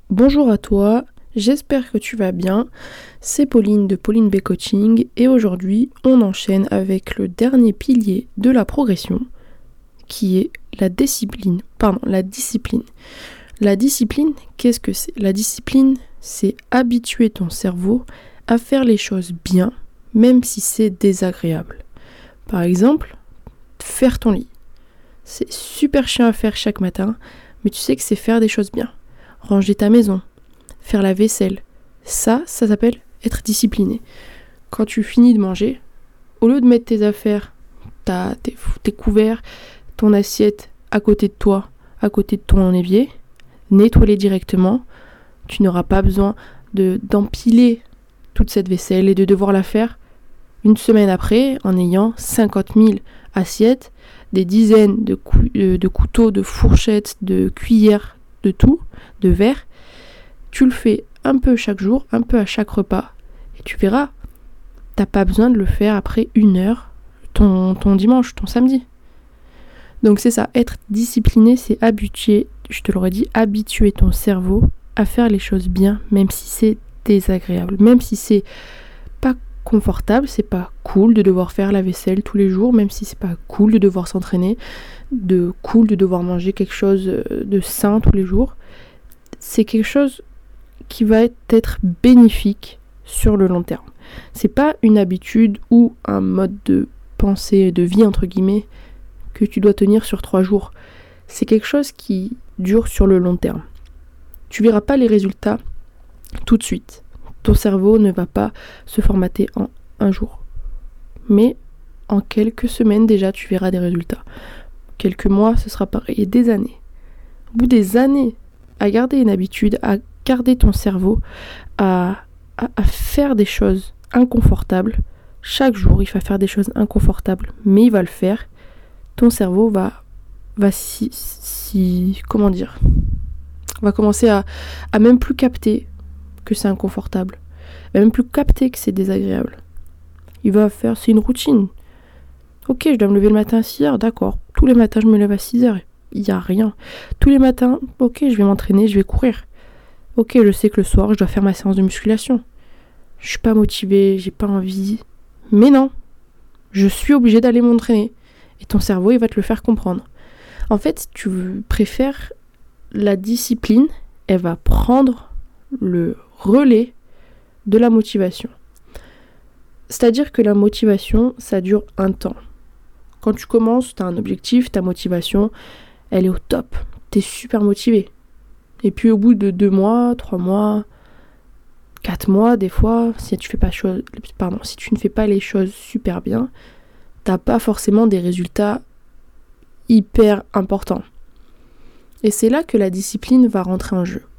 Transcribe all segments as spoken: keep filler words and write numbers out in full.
Bonjour à toi, j'espère que tu vas bien. C'est Pauline de Pauline B Coaching et aujourd'hui on enchaîne avec le dernier pilier de la progression qui est la discipline. Pardon, la discipline. La discipline, qu'est-ce que c'est ? La discipline, c'est habituer ton cerveau à faire les choses bien, même si c'est désagréable. Par exemple, faire ton lit. C'est super chiant à faire chaque matin, mais tu sais que c'est faire des choses bien. Ranger ta maison, faire la vaisselle. Ça, ça s'appelle être discipliné. Quand tu finis de manger, au lieu de mettre tes affaires, ta, tes, tes couverts, ton assiette à côté de toi, à côté de ton évier, nettoie-les directement. Tu n'auras pas besoin de, d'empiler toute cette vaisselle et de devoir la faire une semaine après en ayant cinquante mille assiettes, des dizaines de, cou- de couteaux, de fourchettes, de cuillères, de tout, de verre. Tu le fais un peu chaque jour, un peu à chaque repas, et tu verras, t'as pas besoin de le faire après une heure, ton, ton dimanche, ton samedi. Donc c'est ça, être discipliné, c'est habituer, je te l'aurais dit, habituer ton cerveau à faire les choses bien, même si c'est désagréable, même si c'est pas confortable, c'est pas cool de devoir faire la vaisselle tous les jours, même si c'est pas cool de devoir s'entraîner, de cool de devoir manger quelque chose de sain tous les jours. C'est quelque chose qui va être bénéfique sur le long terme. C'est pas une habitude ou un mode de pensée, de vie entre guillemets, que tu dois tenir sur trois jours. C'est quelque chose qui dure sur le long terme. Tu verras pas les résultats tout de suite. Ton cerveau ne va pas se formater en un jour. Mais en quelques semaines déjà, tu verras des résultats. Quelques mois, ce sera pareil. Et des années. Au bout des années, à garder une habitude, à garder ton cerveau, à, à, à faire des choses inconfortables. Chaque jour, il va faire des choses inconfortables, mais il va le faire. Ton cerveau va, va si, si, comment dire, va commencer à, à même plus capter que c'est inconfortable. Il va même plus capter que c'est désagréable. Il va faire, c'est une routine. Ok, je dois me lever le matin à six heures, d'accord. Tous les matins, je me lève à six heures. Il n'y a rien. Tous les matins, ok, je vais m'entraîner, je vais courir. Ok, je sais que le soir, je dois faire ma séance de musculation. Je suis pas motivée, j'ai pas envie. Mais non, je suis obligée d'aller m'entraîner. Et ton cerveau, il va te le faire comprendre. En fait, si tu préfères la discipline, elle va prendre le relais de la motivation. C'est-à-dire que la motivation, ça dure un temps. Quand tu commences, tu as un objectif, ta motivation, elle est au top. Tu es super motivé. Et puis au bout de deux mois, trois mois, quatre mois, des fois, si tu fais pas chose, pardon, si tu ne fais pas les choses super bien, t'as pas forcément des résultats hyper importants. Et c'est là que la discipline va rentrer en jeu.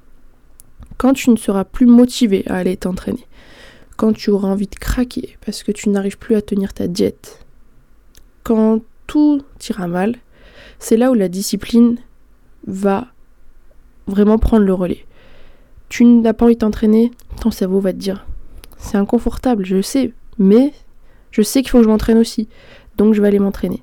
Quand tu ne seras plus motivé à aller t'entraîner, quand tu auras envie de craquer parce que tu n'arrives plus à tenir ta diète, quand tout ira mal, c'est là où la discipline va vraiment prendre le relais. Tu n'as pas envie de t'entraîner, ton cerveau va te dire c'est inconfortable, je sais, mais je sais qu'il faut que je m'entraîne aussi, donc je vais aller m'entraîner.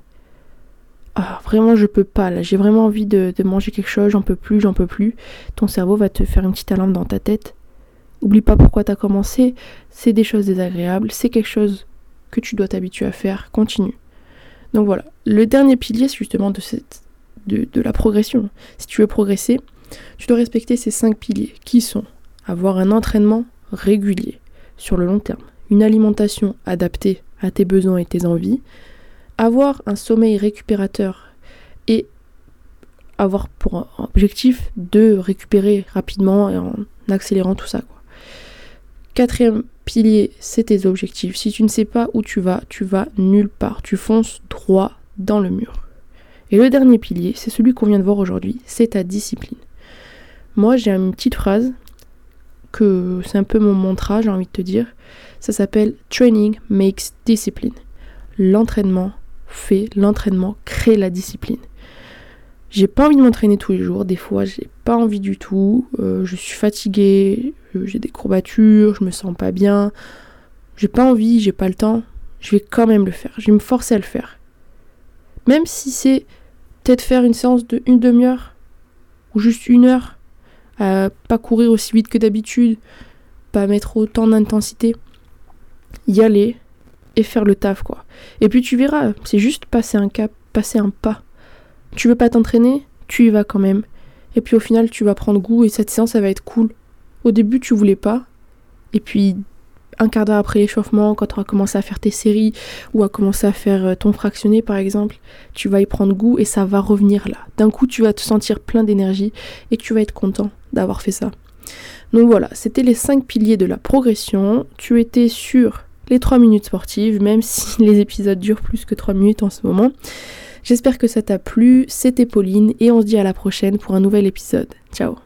Ah, vraiment je peux pas là, j'ai vraiment envie de, de manger quelque chose, j'en peux plus, j'en peux plus. Ton cerveau va te faire une petite alarme dans ta tête. Oublie pas pourquoi t'as commencé, c'est des choses désagréables, c'est quelque chose que tu dois t'habituer à faire, continue. Donc voilà, le dernier pilier c'est justement de, cette, de, de la progression. Si tu veux progresser, tu dois respecter ces cinq piliers qui sont avoir un entraînement régulier sur le long terme, une alimentation adaptée à tes besoins et tes envies, avoir un sommeil récupérateur et avoir pour objectif de récupérer rapidement et en accélérant tout ça, quoi. Quatrième pilier, c'est tes objectifs. Si tu ne sais pas où tu vas, tu vas nulle part. Tu fonces droit dans le mur. Et le dernier pilier, c'est celui qu'on vient de voir aujourd'hui, c'est ta discipline. Moi, j'ai une petite phrase que c'est un peu mon mantra, j'ai envie de te dire. Ça s'appelle « Training makes discipline ». L'entraînement fait, l'entraînement crée la discipline. J'ai pas envie de m'entraîner tous les jours, des fois j'ai pas envie du tout, euh, je suis fatiguée, euh, j'ai des courbatures, je me sens pas bien, j'ai pas envie, j'ai pas le temps, je vais quand même le faire, je vais me forcer à le faire. Même si c'est peut-être faire une séance de une demi-heure, ou juste une heure, à pas courir aussi vite que d'habitude, pas mettre autant d'intensité, y aller et faire le taf quoi. Et puis tu verras, c'est juste passer un cap, passer un pas. Tu veux pas t'entraîner, tu y vas quand même. Et puis au final tu vas prendre goût et cette séance ça va être cool. Au début tu voulais pas, et puis un quart d'heure après l'échauffement, quand tu auras commencé à faire tes séries ou à commencer à faire ton fractionné par exemple, tu vas y prendre goût et ça va revenir là. D'un coup tu vas te sentir plein d'énergie et tu vas être content d'avoir fait ça. Donc voilà, c'était les cinq piliers de la progression. Tu étais sur les trois minutes sportives, même si les épisodes durent plus que trois minutes en ce moment. J'espère que ça t'a plu, c'était Pauline et on se dit à la prochaine pour un nouvel épisode. Ciao.